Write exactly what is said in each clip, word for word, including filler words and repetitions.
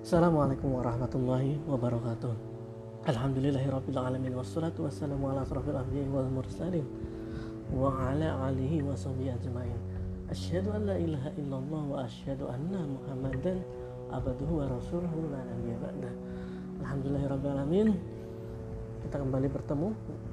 Assalamualaikum warahmatullahi wabarakatuh. Alhamdulillahirabbil alamin wassalatu wassalamu ala asrofil anbiya'i wal mursalin wa ala alihi wa sahbihi ajmain. Asyhadu an la ilaha illallah wa asyhadu anna Muhammadan abduhu wa rasuluhu la nabiyya ba'da. Alhamdulillahirabbil alamin. Kita kembali bertemu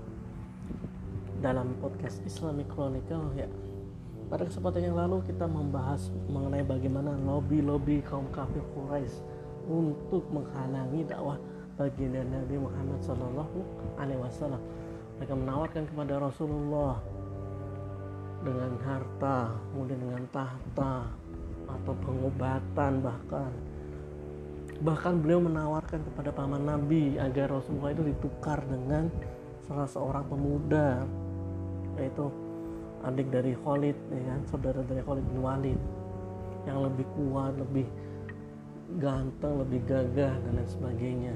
dalam podcast Islamic Chronicle ya. Pada kesempatan yang lalu kita membahas mengenai bagaimana lobi-lobi kaum kafir Quraisy untuk menghalangi dakwah baginda Nabi Muhammad Shallallahu Alaihi Wasallam. Mereka menawarkan kepada Rasulullah dengan harta, kemudian dengan tahta atau pengobatan, bahkan bahkan beliau menawarkan kepada paman Nabi agar Rasulullah itu ditukar dengan salah seorang pemuda, yaitu adik dari Khalid, ya kan, saudara dari Khalid bin Walid, yang lebih kuat, lebih ganteng, lebih gagah dan lain sebagainya.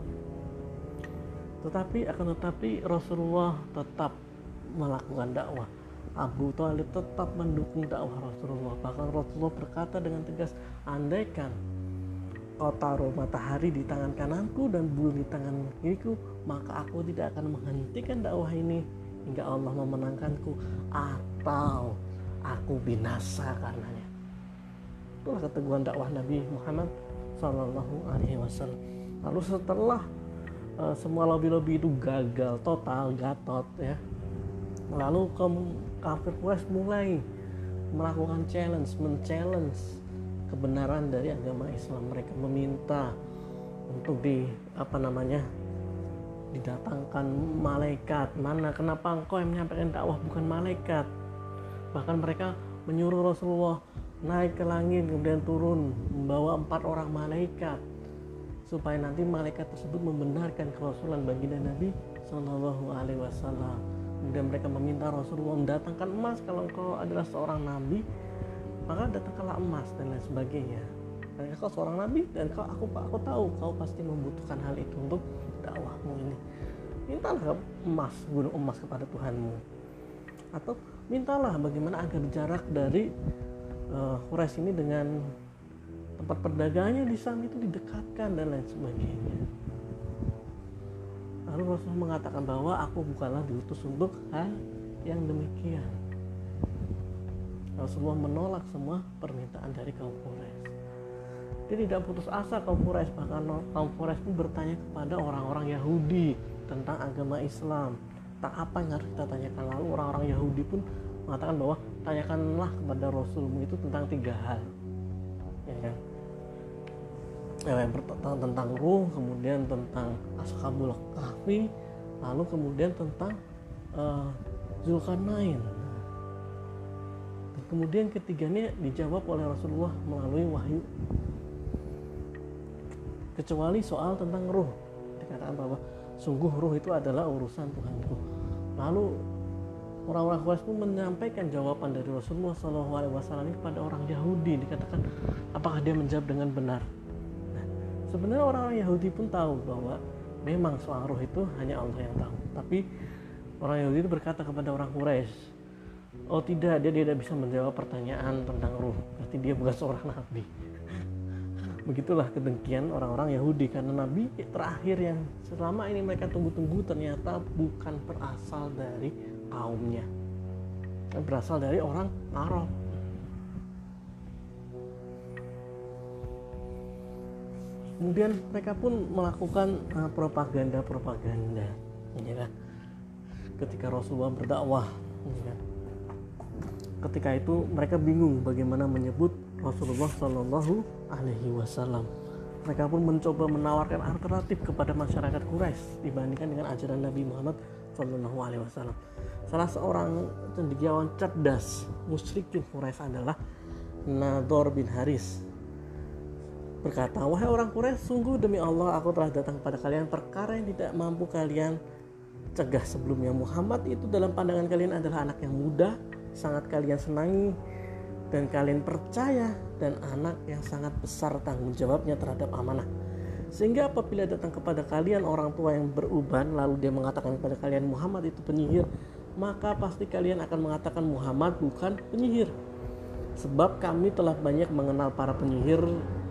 Tetapi akan tetapi Rasulullah tetap melakukan dakwah. Abu Thalib tetap mendukung dakwah Rasulullah. Bahkan Rasulullah berkata dengan tegas, andaikan kau taruh matahari di tangan kananku dan bulan di tangan kiriku, maka aku tidak akan menghentikan dakwah ini hingga Allah memenangkanku atau aku binasa karenanya. Itulah keteguhan dakwah Nabi Muhammad Sallallahu Alaihi Wasallam. Lalu setelah uh, semua lobi-lobi itu gagal total, gatot ya, lalu kaum kafir Quraisy mulai melakukan challenge, men-challenge kebenaran dari agama Islam. Mereka meminta untuk di apa namanya didatangkan malaikat. Mana, kenapa engkau yang menyampaikan dakwah bukan malaikat? Bahkan mereka menyuruh Rasulullah naik ke langit kemudian turun membawa empat orang malaikat supaya nanti malaikat tersebut membenarkan kerasulan baginda Nabi Shallallahu Alaihi Wasallam. Kemudian mereka meminta Rasulullah mendatangkan emas, kalau engkau adalah seorang nabi maka datangkanlah emas dan lain sebagainya. Dan kau seorang nabi dan kau aku aku tahu kau pasti membutuhkan hal itu untuk dakwahmu ini. Mintalah emas, gunung emas kepada Tuhanmu, atau mintalah bagaimana agar jarak dari Uh, Quraisy ini dengan tempat perdagangannya di sana itu didekatkan dan lain sebagainya. Lalu Rasul mengatakan bahwa aku bukanlah diutus untuk hal yang demikian. Rasulullah menolak semua permintaan dari kaum Quraisy. Dia tidak putus asa kaum Quraisy, bahkan kaum Quraisy pun bertanya kepada orang-orang Yahudi tentang agama Islam, tentang apa yang harus kita tanyakan. Lalu orang-orang Yahudi pun mengatakan bahwa tanyakanlah kepada Rasulmu itu tentang tiga hal, ya kan? Ya, yang pertama tentang ruh, kemudian tentang Ashabul Kahfi, lalu kemudian tentang uh, Zulkarnain. Dan kemudian ketiganya dijawab oleh Rasulullah melalui wahyu, kecuali soal tentang ruh. Dikatakan bahwa sungguh ruh itu adalah urusan Tuhanku. Lalu orang-orang Quraisy pun menyampaikan jawaban dari Rasulullah Shallallahu Alaihi Wasallam ini kepada orang Yahudi. Dikatakan, apakah dia menjawab dengan benar? Nah, sebenarnya orang-orang Yahudi pun tahu bahwa memang soal ruh itu hanya Allah yang tahu. Tapi orang Yahudi itu berkata kepada orang Quraisy, oh tidak, dia tidak bisa menjawab pertanyaan tentang ruh. Berarti dia bukan seorang nabi. Begitulah kedengkian orang-orang Yahudi, karena nabi terakhir yang selama ini mereka tunggu-tunggu ternyata bukan berasal dari kaumnya, berasal dari orang Arab. Kemudian mereka pun melakukan uh, propaganda-propaganda, ya kan? Ketika Rasulullah berdakwah, ya kan? Ketika itu mereka bingung bagaimana menyebut Rasulullah Shallallahu Alaihi Wasallam. Mereka pun mencoba menawarkan alternatif kepada masyarakat Quraisy dibandingkan dengan ajaran Nabi Muhammad Shallallahu Alaihi Wasallam. Salah seorang cendekiawan cerdas musyrikin Quraisy adalah Nadhr bin Haris. Berkata, wahai orang Quraisy, sungguh demi Allah aku telah datang kepada kalian perkara yang tidak mampu kalian cegah sebelumnya. Muhammad itu dalam pandangan kalian adalah anak yang muda, sangat kalian senangi dan kalian percaya, dan anak yang sangat besar tanggung jawabnya terhadap amanah. Sehingga apabila datang kepada kalian orang tua yang beruban, lalu dia mengatakan kepada kalian Muhammad itu penyihir, maka pasti kalian akan mengatakan Muhammad bukan penyihir. Sebab kami telah banyak mengenal para penyihir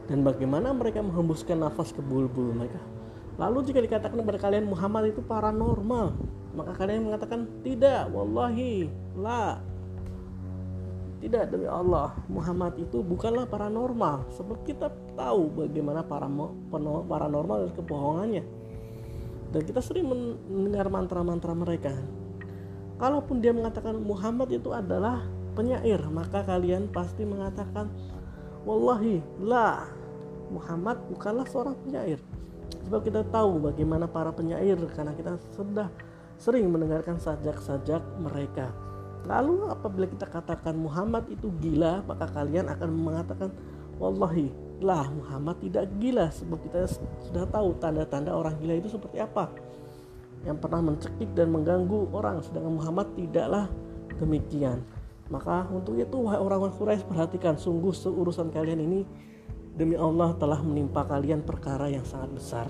dan bagaimana mereka menghembuskan nafas ke bulu-bulu mereka. Lalu jika dikatakan kepada kalian Muhammad itu paranormal, maka kalian mengatakan tidak, wallahi la, tidak, demi Allah Muhammad itu bukanlah paranormal. Sebab kita tahu bagaimana paranormal dan kebohongannya, dan kita sering mendengar mantra-mantra mereka. Kalaupun dia mengatakan Muhammad itu adalah penyair, maka kalian pasti mengatakan wallahi la, Muhammad bukanlah seorang penyair. Sebab kita tahu bagaimana para penyair, karena kita sudah sering mendengarkan sajak-sajak mereka. Lalu apabila kita katakan Muhammad itu gila, maka kalian akan mengatakan wallahi lah, Muhammad tidak gila. Sebab kita sudah tahu tanda-tanda orang gila itu seperti apa, yang pernah mencekik dan mengganggu orang, sedangkan Muhammad tidaklah demikian. Maka untuk itu wahai orang-orang Quraisy, perhatikan sungguh seurusan kalian ini demi Allah telah menimpa kalian perkara yang sangat besar.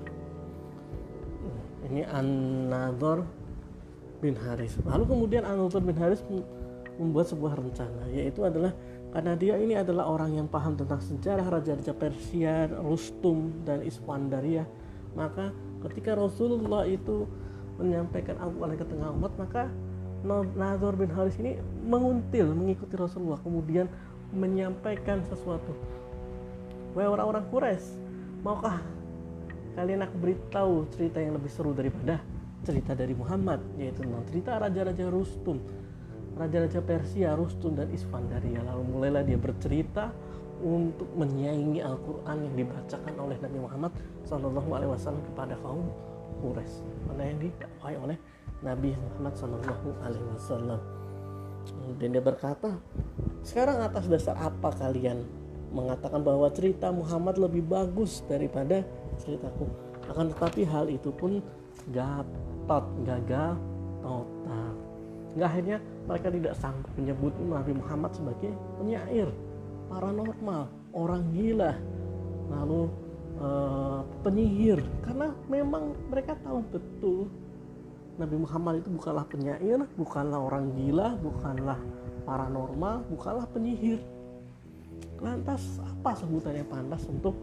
Ini An-Nadhr bin Haris. Lalu kemudian An-Nadhr bin Haris membuat sebuah rencana, yaitu adalah karena dia ini adalah orang yang paham tentang sejarah raja-raja Persia, Rustum dan Isfandaria, maka ketika Rasulullah itu menyampaikan Al-Quran ke tengah umat, maka Nadhr bin Haris ini menguntil mengikuti Rasulullah, kemudian menyampaikan sesuatu. Wahai orang-orang Quraisy, maukah kalian aku beritahu cerita yang lebih seru daripada cerita dari Muhammad, yaitu tentang cerita raja-raja Rustum, raja-raja Persia, Rustum dan Isfandaria. Lalu mulailah dia bercerita untuk menyaingi Al-Quran yang dibacakan oleh Nabi Muhammad shallallahu alaihi wasallam kepada kaum Quraisy, mana yang didakwahi oleh Nabi Muhammad shallallahu alaihi wasallam. Dan dia berkata, sekarang atas dasar apa kalian mengatakan bahwa cerita Muhammad lebih bagus daripada ceritaku? Akan tetapi hal itu pun gatot, gagal total. Hingga akhirnya mereka tidak sanggup menyebut Nabi Muhammad sebagai penyair, paranormal, orang gila, lalu uh, penyihir, karena memang mereka tahu betul Nabi Muhammad itu bukanlah penyair, bukanlah orang gila, bukanlah paranormal, bukanlah penyihir. Lantas apa sebutannya pantas untuk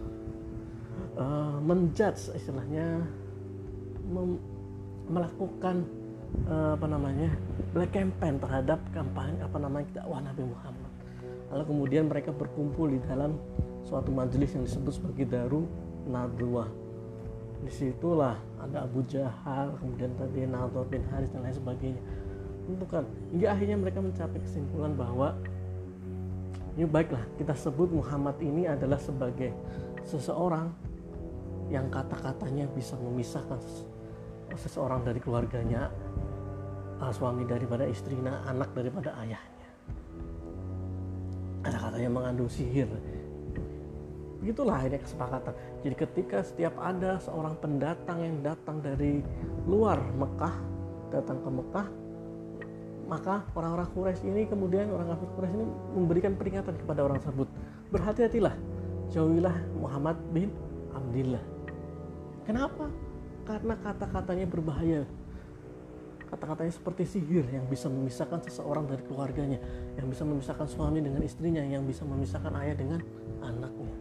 uh, menjudge, istilahnya mem- melakukan uh, apa namanya black campaign terhadap kampanye apa namanya dakwah Nabi Muhammad. Lalu kemudian mereka berkumpul di dalam suatu majelis yang disebut sebagai Darun Nadwah. Disitulah ada Abu Jahal, kemudian tadi Nadhr bin Haris dan lain sebagainya. Tentukan hingga akhirnya mereka mencapai kesimpulan bahwa ya baiklah, kita sebut Muhammad ini adalah sebagai seseorang yang kata-katanya bisa memisahkan seseorang dari keluarganya, suami daripada istrinya, anak daripada ayahnya. Kata-katanya mengandung sihir. Begitulah akhirnya kesepakatan. Jadi ketika setiap ada seorang pendatang yang datang dari luar Mekah, datang ke Mekah, maka orang-orang Quraisy ini, kemudian orang kafir Quraisy ini memberikan peringatan kepada orang tersebut. Berhati-hatilah, jauhilah Muhammad bin Abdillah. Kenapa? Karena kata-katanya berbahaya. Kata-katanya seperti sihir yang bisa memisahkan seseorang dari keluarganya, yang bisa memisahkan suami dengan istrinya, yang bisa memisahkan ayah dengan anaknya.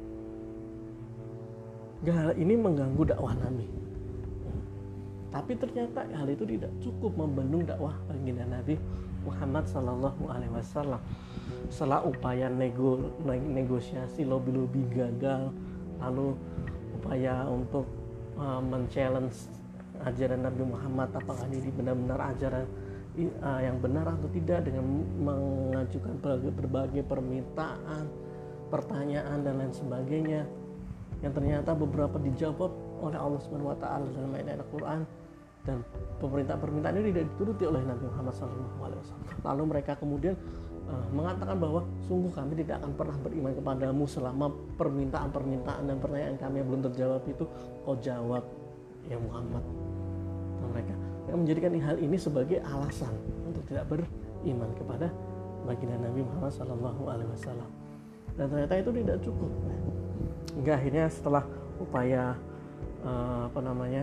Hal ini mengganggu dakwah Nabi. Tapi ternyata hal itu tidak cukup membendung dakwah baginda Nabi Muhammad Sallallahu Alaihi Wasallam. Setelah upaya nego, negosiasi, lobby-lobby gagal, lalu upaya untuk uh, men-challenge ajaran Nabi Muhammad, apakah ini benar-benar ajaran uh, yang benar atau tidak, dengan mengajukan berbagai, berbagai permintaan, pertanyaan dan lain sebagainya, yang ternyata beberapa dijawab oleh Allah Subhanahu wa taala dalam ayat Al-Qur'an, dan permintaan-permintaan ini tidak dituruti oleh Nabi Muhammad shallallahu alaihi wasallam. Lalu mereka kemudian uh, mengatakan bahwa sungguh kami tidak akan pernah beriman kepadamu selama permintaan-permintaan dan pertanyaan kami yang belum terjawab itu kau jawab ya Muhammad. Dan mereka yang menjadikan hal ini sebagai alasan untuk tidak beriman kepada baginda Nabi Muhammad shallallahu alaihi wasallam. Dan ternyata itu tidak cukup. Hingga akhirnya setelah upaya uh, apa namanya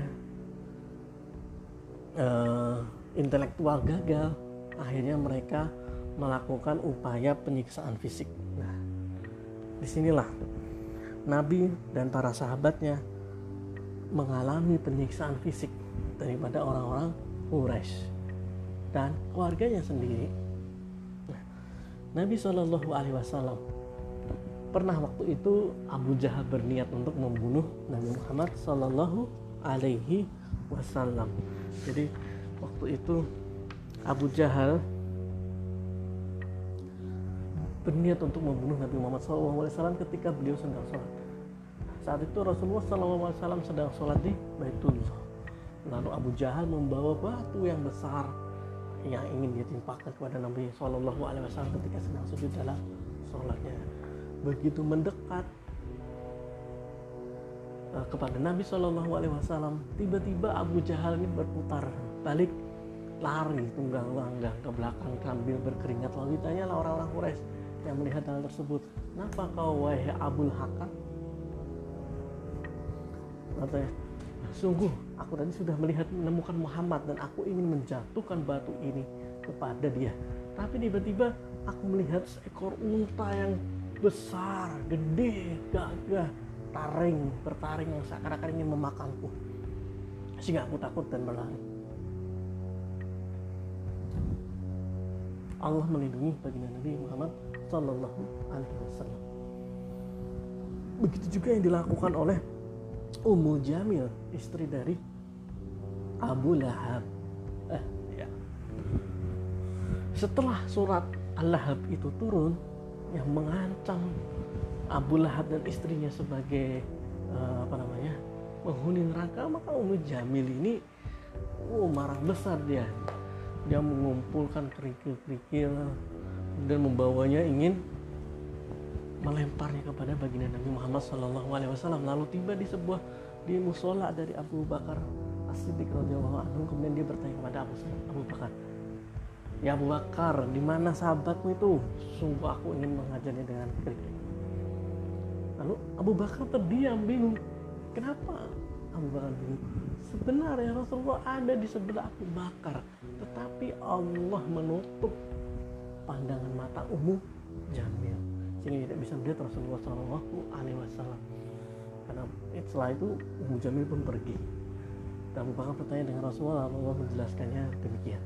uh, intelektual gagal, akhirnya mereka melakukan upaya penyiksaan fisik. Nah, disinilah Nabi dan para sahabatnya mengalami penyiksaan fisik daripada orang-orang Quraisy dan keluarganya sendiri. Nah, Nabi Shallallahu Alaihi Wasallam pernah waktu itu Abu Jahal berniat untuk membunuh Nabi Muhammad Shallallahu Alaihi Wasallam. Jadi waktu itu Abu Jahal berniat untuk membunuh Nabi Muhammad shallallahu alaihi wasallam ketika beliau sedang sholat. Saat itu Rasulullah shallallahu alaihi wasallam sedang sholat di Baitullah. Lalu Abu Jahal membawa batu yang besar yang ingin dia timpakan kepada Nabi shallallahu alaihi wasallam ketika sedang sujud dalam sholatnya. Begitu mendekat uh, kepada Nabi shallallahu alaihi wasallam, tiba-tiba Abu Jahal ini berputar balik, lari tunggang langgang ke belakang sambil berkeringat. Lalu ditanyalah orang-orang Quraisy yang melihat hal tersebut, "Kenapa kau wahai Abul Hakam?" Katanya, "Sungguh aku tadi sudah melihat menemukan Muhammad dan aku ingin menjatuhkan batu ini kepada dia. Tapi tiba-tiba aku melihat seekor unta yang besar, gede, gagah, taring, bertaring yang seakan-akan ingin memakanku. Sehingga aku takut dan berlari." Allah melindungi baginda Nabi Muhammad Sallallahu Alaihi Wasallam. Begitu juga yang dilakukan oleh Ummu Jamil, istri dari Abu Lahab. Eh, ya. Setelah surat Al-Lahab itu turun yang mengancam Abu Lahab dan istrinya sebagai uh, apa namanya penghuni neraka, maka Ummu Jamil ini oh, marah besar dia. Dia mengumpulkan kerikil-kerikil dan membawanya ingin melemparnya kepada baginda Nabi Muhammad Shallallahu Alaihi Wasallam. Lalu tiba di sebuah di musola dari Abu Bakar As-Siddiq radhiyallahu anhu. Kemudian dia bertanya kepada Abu, Abu Bakar, "Ya Abu Bakar, di mana sahabatmu itu? Sungguh aku ingin mengajarnya dengan kerikil." Lalu Abu Bakar terdiam bingung. Kenapa Abu Bakar bingung? Sebenarnya Rasulullah ada di sebelah Abu Bakar, tetapi Allah menutup pandangan mata Ummu Jamil sehingga tidak bisa melihat Rasulullah shallallahu alaihi wasallam. Karena setelah itu Ummu Jamil pun pergi. Dan Abu Bakar bertanya dengan Rasulullah, Allah menjelaskannya demikian.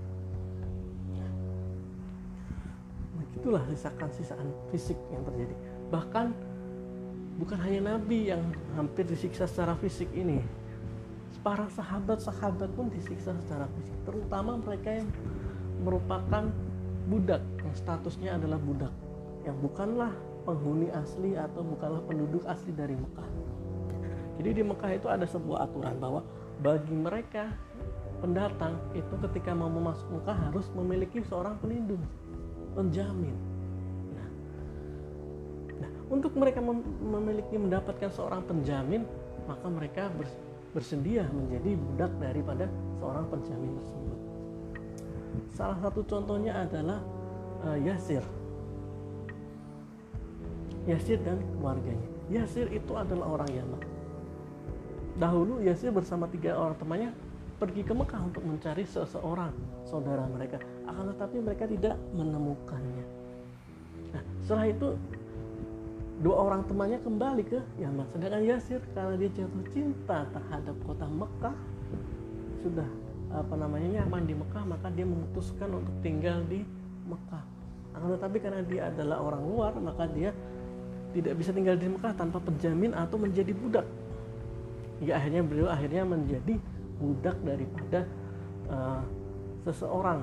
Begitulah siksaan-siksaan fisik yang terjadi. Bahkan bukan hanya Nabi yang hampir disiksa secara fisik ini, para sahabat-sahabat pun disiksa secara fisik, terutama mereka yang merupakan budak, yang statusnya adalah budak, yang bukanlah penghuni asli atau bukanlah penduduk asli dari Mekah. Jadi di Mekah itu ada sebuah aturan bahwa bagi mereka pendatang itu ketika mau masuk Mekah harus memiliki seorang pelindung, penjamin. Nah, nah untuk mereka mem- memiliki mendapatkan seorang penjamin, maka mereka bers- bersedia menjadi budak daripada seorang penjamin tersebut. Salah satu contohnya adalah uh, Yasir. Yasir dan keluarganya. Yasir itu adalah orang Yaman. Dahulu Yasir bersama tiga orang temannya pergi ke Mekah untuk mencari seseorang saudara mereka. Akan tetapi mereka tidak menemukannya. Nah, setelah itu dua orang temannya kembali ke Yaman. Sedangkan Yasir karena dia jatuh cinta terhadap kota Mekah, sudah apa namanya nyaman di Mekah, maka dia memutuskan untuk tinggal di Mekah. Akan tetapi karena dia adalah orang luar, maka dia tidak bisa tinggal di Mekah tanpa penjamin atau menjadi budak. Hingga akhirnya beliau akhirnya menjadi budak daripada uh, seseorang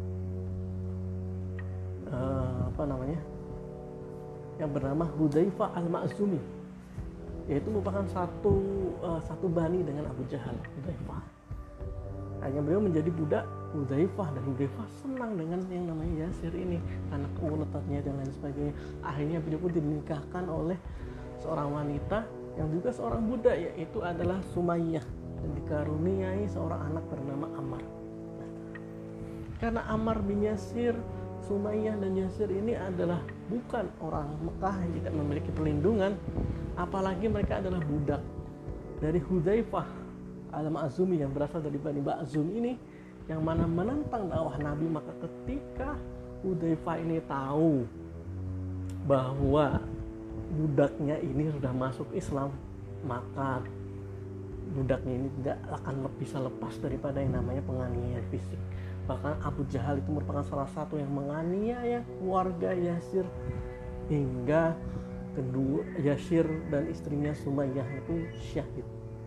uh, apa namanya yang bernama Hudzaifah Al-Ma'zumi, yaitu merupakan satu uh, satu bani dengan Abu Jahal. Hudzaifah hanya beliau menjadi budak Hudzaifah, dan Hudzaifah senang dengan yang namanya Yasir ini karena keuletannya dan lain sebagainya. Akhirnya beliau pun dinikahkan oleh seorang wanita yang juga seorang budak, yaitu adalah Sumayyah, dan dikaruniai seorang anak bernama Ammar. Nah, karena Ammar bin Yasir, Sumayyah dan Yasir ini adalah bukan orang Mekah yang tidak memiliki perlindungan, apalagi mereka adalah budak dari Hudzaifah Al-Ma'zumi yang berasal dari Bani Ma'zum ini, yang mana menentang dakwah Nabi. Maka ketika Hudzaifah ini tahu bahwa budaknya ini sudah masuk Islam, maka budaknya ini tidak akan bisa lepas daripada yang namanya penganiayaan fisik. Bahkan Abu Jahal itu merupakan salah satu yang menganiaya keluarga Yasir hingga kedua Yasir dan istrinya Sumayyah itu syahid.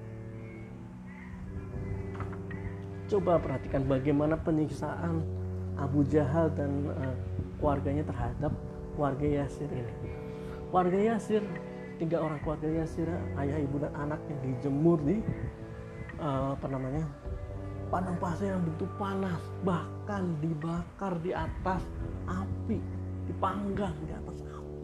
Coba perhatikan bagaimana penyiksaan Abu Jahal dan uh, keluarganya terhadap keluarga Yasir ini. Keluarga Yasir, tiga orang keluarga Yasir, ayah, ibu dan anak yang dijemur di uh, apa namanya padang pasir yang begitu panas, bahkan dibakar di atas api, dipanggang di atas api.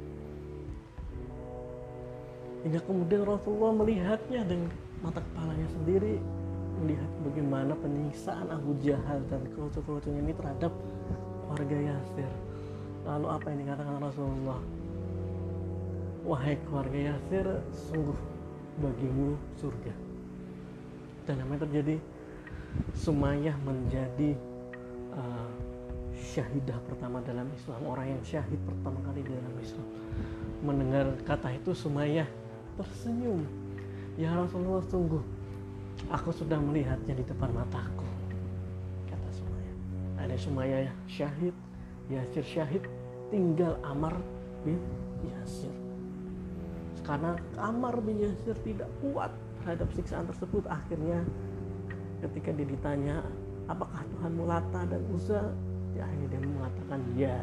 Hingga kemudian Rasulullah melihatnya dengan mata kepalanya sendiri, melihat bagaimana penyiksaan Abu Jahal dan kelucu-kelucunya ini terhadap keluarga Yasir. Lalu apa yang dikatakan Rasulullah? Wahai keluarga Yasir, sungguh bagimu surga. Dan namanya terjadi, Sumayyah menjadi uh, syahidah pertama dalam Islam, orang yang syahid pertama kali dalam Islam. Mendengar kata itu Sumayyah tersenyum. Ya Rasulullah, sungguh aku sudah melihatnya di depan mataku, kata Sumayyah. Ada Sumayyah syahid, Yasir syahid, tinggal Ammar bin Yasir. Karena Ammar bin Yasir tidak kuat terhadap siksaan tersebut, akhirnya ketika dia ditanya apakah Tuhanmu Lata dan Uzza, ya akhirnya dia mengatakan ya,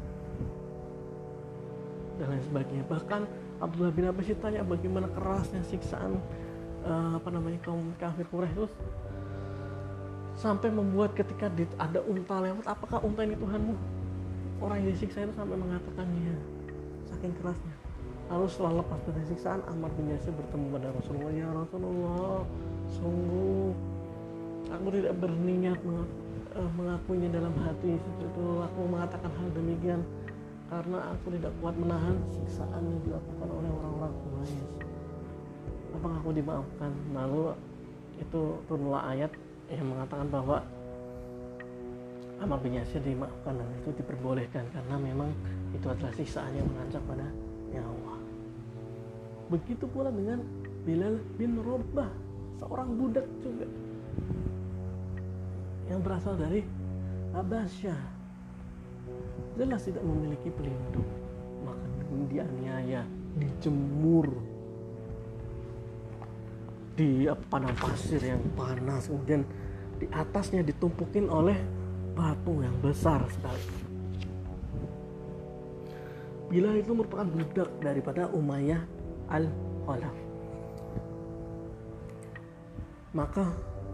dan lain sebagainya. Bahkan Abdullah bin Abbas ditanya bagaimana kerasnya siksaan uh, apa namanya kaum kafir Quraisy itu, sampai membuat ketika ada unta lewat, apakah unta ini Tuhanmu? Orang yang disiksa itu sampai mengatakan ya, saking kerasnya. Lalu setelah lepas dari siksaan, Ammar bin Yasir bertemu pada Rasulullah. Ya Rasulullah, sungguh aku tidak berniat mengakuinya dalam hati. Itu aku mengatakan hal demikian karena aku tidak kuat menahan siksaan yang dilakukan oleh orang-orang Quraisy. Apakah aku dimaafkan? Lalu itu turunlah ayat yang mengatakan bahwa Ammar bin Yasir dimaafkan dan itu diperbolehkan karena memang itu adalah siksaan yang mengancam pada nyawa. Begitu pula dengan Bilal bin Rabah, seorang budak juga yang berasal dari Habasyah, jelas tidak memiliki pelindung, maka dianiaya, dijemur di padang pasir yang panas, kemudian di atasnya ditumpukin oleh batu yang besar sekali. Bilal itu merupakan budak daripada Umayyah al-Khalaf. Maka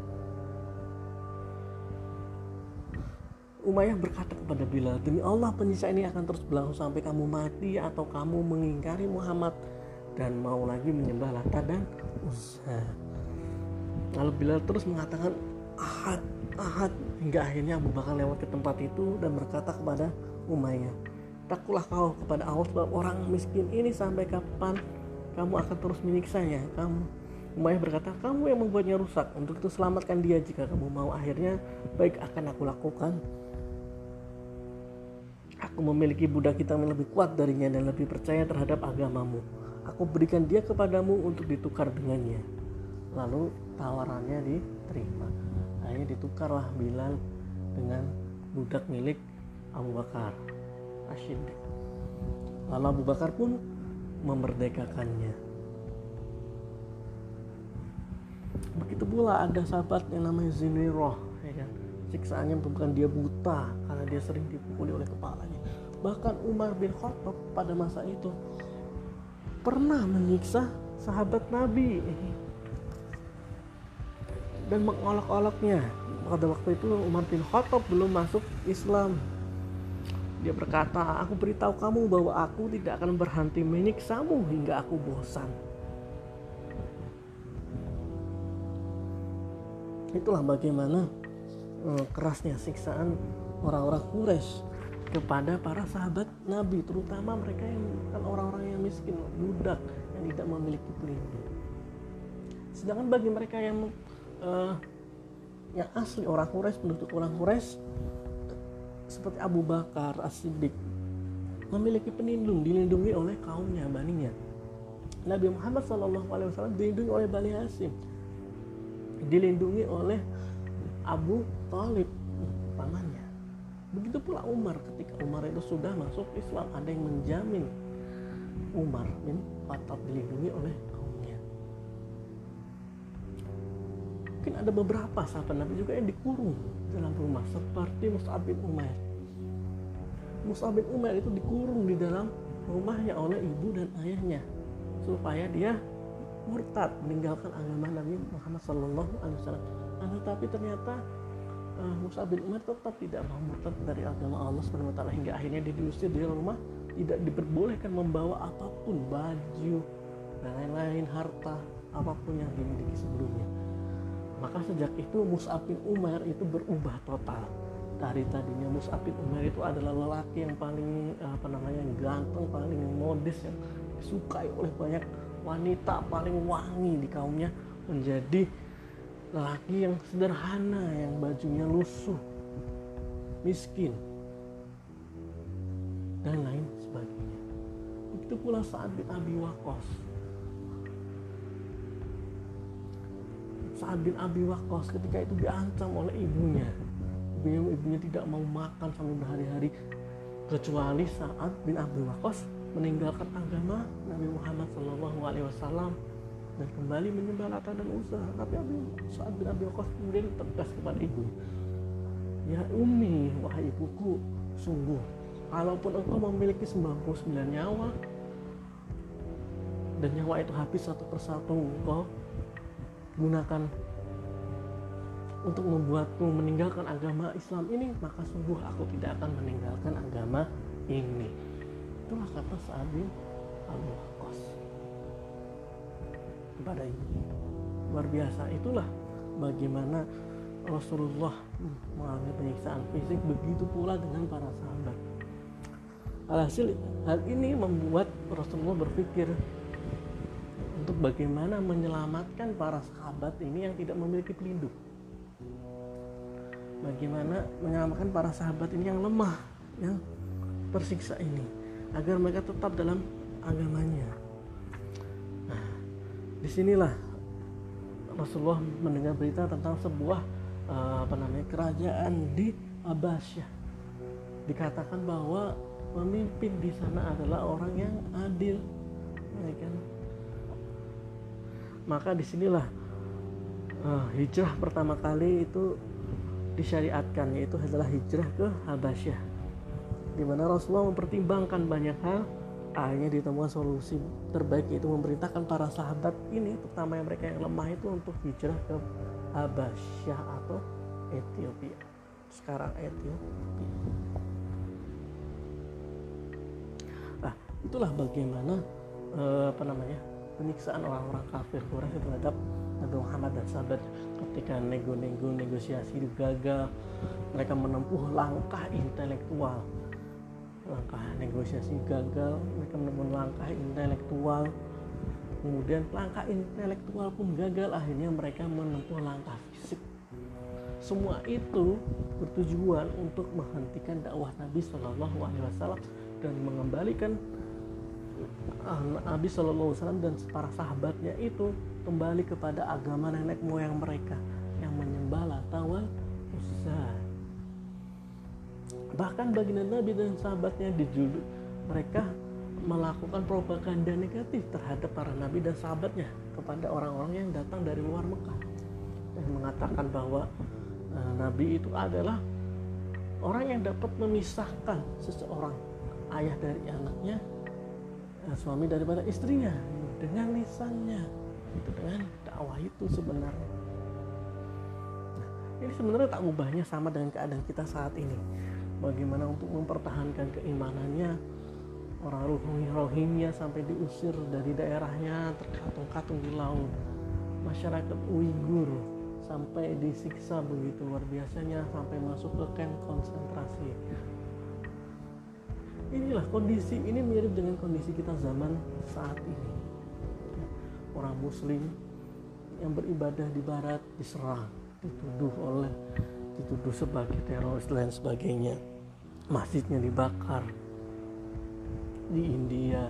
Umayyah berkata kepada Bilal, demi Allah penyiksaan ini akan terus berlangsung sampai kamu mati atau kamu mengingkari Muhammad dan mau lagi menyembah Lata dan Uzza. Lalu Bilal terus mengatakan ahad, ahad, hingga akhirnya Abu Bakar lewat ke tempat itu dan berkata kepada Umayyah, takutlah kau kepada Allah sebab orang miskin ini sampai kapan kamu akan terus menyiksanya. Kamu Umayyah berkata, kamu yang membuatnya rusak, untuk itu selamatkan dia jika kamu mau. Akhirnya, baik, akan aku lakukan. Aku memiliki budak hitam yang lebih kuat darinya dan lebih percaya terhadap agamamu. Aku berikan dia kepadamu untuk ditukar dengannya. Lalu tawarannya diterima. Akhirnya ditukarlah Bilal dengan budak milik Abu Bakar As-Siddiq. Lalu Abu Bakar pun memerdekakannya. Begitu pula ada sahabat yang namanya Zinirah, ya kan? Siksaannya bukan dia buta karena dia sering dipukuli oleh kepalanya. Bahkan Umar bin Khattab pada masa itu pernah menyiksa sahabat Nabi dan mengolok-oloknya. Pada waktu itu Umar bin Khattab belum masuk Islam. Dia berkata, aku beritahu kamu bahwa aku tidak akan berhenti menyiksamu hingga aku bosan. Itulah bagaimana eh, kerasnya siksaan orang-orang Quraisy kepada para sahabat Nabi, terutama mereka yang bukan orang-orang yang miskin, budak yang tidak memiliki pelindung. Sedangkan bagi mereka yang eh, yang asli orang Quraisy, penduduk orang Quraisy seperti Abu Bakar As-Siddiq, memiliki pelindung, dilindungi oleh kaumnya, baninya. Nabi Muhammad shallallahu alaihi wasallam dilindungi oleh Bani Hashim, dilindungi oleh Abu Thalib, pamannya. Begitu pula Umar, ketika Umar itu sudah masuk Islam, ada yang menjamin Umar bin Khattab dilindungi oleh kaumnya. Mungkin ada beberapa sahabat Nabi juga yang dikurung dalam rumah, seperti Mus'ab bin Umair. Mus'ab bin Umair itu dikurung di dalam rumahnya oleh ibu dan ayahnya supaya dia murtad, meninggalkan agama Nabi Muhammad shallallahu alaihi wasallam. Tetapi ternyata uh, Mus'ab bin Umair tetap tidak mau murtad dari agama Allah subhanahu wa taala, hingga akhirnya dia diusir dari rumah, tidak diperbolehkan membawa apapun, baju dan lain-lain, harta apapun yang dimiliki sebelumnya. Maka sejak itu Mus'ab bin Umair itu berubah total. Dari tadinya Mus'ab bin Umair itu adalah lelaki yang paling apa namanya ganteng, paling modis, yang disukai oleh banyak wanita, paling wangi di kaumnya, menjadi lelaki yang sederhana, yang bajunya lusuh, miskin, dan lain sebagainya. Begitu pula Sa'ad bin Abi Waqqas. Sa'ad bin Abi Waqqas ketika itu diancam oleh ibunya. Ibunya, ibunya tidak mau makan sampai berhari-hari, kecuali Sa'ad bin Abi Waqqas meninggalkan agama Nabi Muhammad shallallahu alaihi wasallam dan kembali menyembah Lata dan Uzza. Tapi Sa'ad bin Abi Waqqas kemudian tegas kepada ibunya, "Ya Ummi, wahai ibuku, sungguh kalaupun engkau memiliki sembilan puluh sembilan nyawa dan nyawa itu habis satu persatu engkau gunakan untuk membuatku meninggalkan agama Islam ini, maka sungguh aku tidak akan meninggalkan agama ini." Itulah kata Sa'ad bin Abi Waqqas kepada ibu. Luar biasa. Itulah bagaimana Rasulullah mengalami penyiksaan fisik, begitu pula dengan para sahabat. Alhasil hal ini membuat Rasulullah berpikir untuk bagaimana menyelamatkan para sahabat ini yang tidak memiliki pelindung. Bagaimana menyelamatkan para sahabat ini yang lemah, yang tersiksa ini, agar mereka tetap dalam agamanya. Nah, disinilah Rasulullah mendengar berita tentang sebuah uh, apa namanya kerajaan di Abasyah. Dikatakan bahwa pemimpin di sana adalah orang yang adil, ya kan? Maka disinilah uh, hijrah pertama kali itu disyariatkan, yaitu adalah hijrah ke Habasyah, di mana Rasulullah mempertimbangkan banyak hal, akhirnya ditemukan solusi terbaik, yaitu memerintahkan para sahabat ini, terutama yang mereka yang lemah itu, untuk hijrah ke Habasyah atau Ethiopia, sekarang Ethiopia. Nah, itulah bagaimana eh, apa namanya penyiksaan orang-orang kafir Quraisy terhadap Nabi Muhammad dan sahabat. Ketika nego-nego negosiasi gagal, mereka menempuh langkah intelektual. Langkah negosiasi gagal, mereka menempuh langkah intelektual. Kemudian langkah intelektual pun gagal, akhirnya mereka menempuh langkah fisik. Semua itu bertujuan untuk menghentikan dakwah Nabi Shallallahu Alaihi Wasallam dan mengembalikan Nabi Shallallahu Alaihi Wasallam dan para sahabatnya itu kembali kepada agama nenek moyang mereka yang menyembah Lata wal Uzza. Bahkan baginda Nabi dan sahabatnya dijudul, mereka melakukan propaganda negatif terhadap para nabi dan sahabatnya kepada orang-orang yang datang dari luar Mekah, dan mengatakan bahwa uh, nabi itu adalah orang yang dapat memisahkan seseorang, ayah dari anaknya, suami daripada istrinya, dengan lisannya, itu dengan dakwah itu sebenarnya. Nah, ini sebenarnya tak ubahnya sama dengan keadaan kita saat ini. Bagaimana untuk mempertahankan keimanannya, orang Rohingya sampai diusir dari daerahnya, terkatung-katung di laut. Masyarakat Uighur sampai disiksa begitu luar biasanya, sampai masuk ke kamp konsentrasi. Inilah kondisi, ini mirip dengan kondisi kita zaman saat ini. Orang muslim yang beribadah di barat diserang, dituduh oleh dituduh sebagai teroris dan sebagainya. Masjidnya dibakar. di India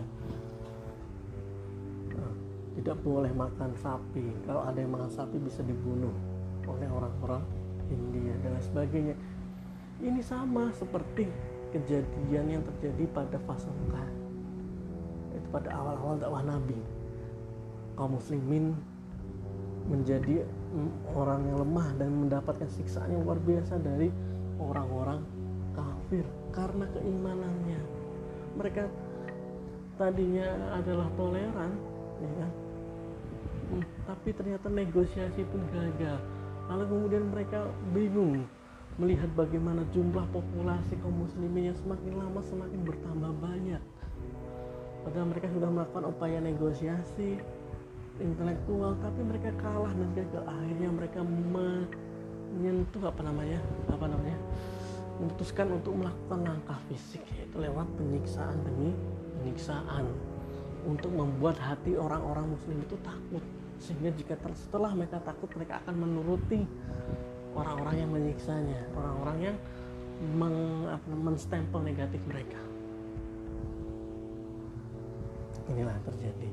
nah, tidak boleh makan sapi, kalau ada yang makan sapi bisa dibunuh oleh orang-orang India dan lain sebagainya. Ini sama seperti kejadian yang terjadi pada fase Mekah, itu pada awal-awal dakwah Nabi. Kaum muslimin menjadi orang yang lemah dan mendapatkan siksaan yang luar biasa dari orang-orang kafir karena keimanannya. Mereka tadinya adalah toleran, ya kan? Hmm, tapi ternyata negosiasi pun gagal. Lalu kemudian mereka bingung melihat bagaimana jumlah populasi kaum muslimin yang semakin lama semakin bertambah banyak. Padahal mereka sudah melakukan upaya negosiasi intelektual, tapi mereka kalah dan gagal. Akhirnya mereka menyentuh apa namanya, apa namanya, memutuskan untuk melakukan langkah fisik, yaitu lewat penyiksaan demi penyiksaan, untuk membuat hati orang-orang muslim itu takut, sehingga jika setelah mereka takut mereka akan menuruti orang-orang yang menyiksanya, orang-orang yang meng, apa, menstempel negatif mereka. Inilah yang terjadi.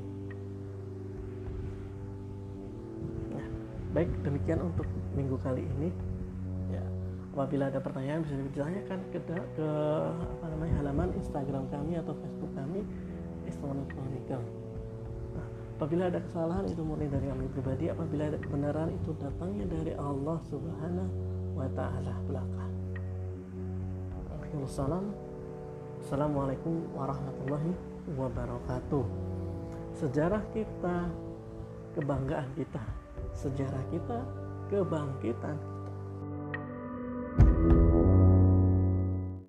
Nah, baik, demikian untuk minggu kali ini. Ya, apabila ada pertanyaan bisa ditanyakan ke, ke apa namanya halaman Instagram kami atau Facebook kami, Islamic Chronicle. Nah, apabila ada kesalahan itu murni dari kami pribadi, apabila ada kebenaran itu datangnya dari Allah Subhanahu wa Ta'ala belaka. Waalaikumsalam. Assalamualaikum warahmatullahi wabarakatuh. Sejarah kita, kebanggaan kita. Sejarah kita, kebangkitan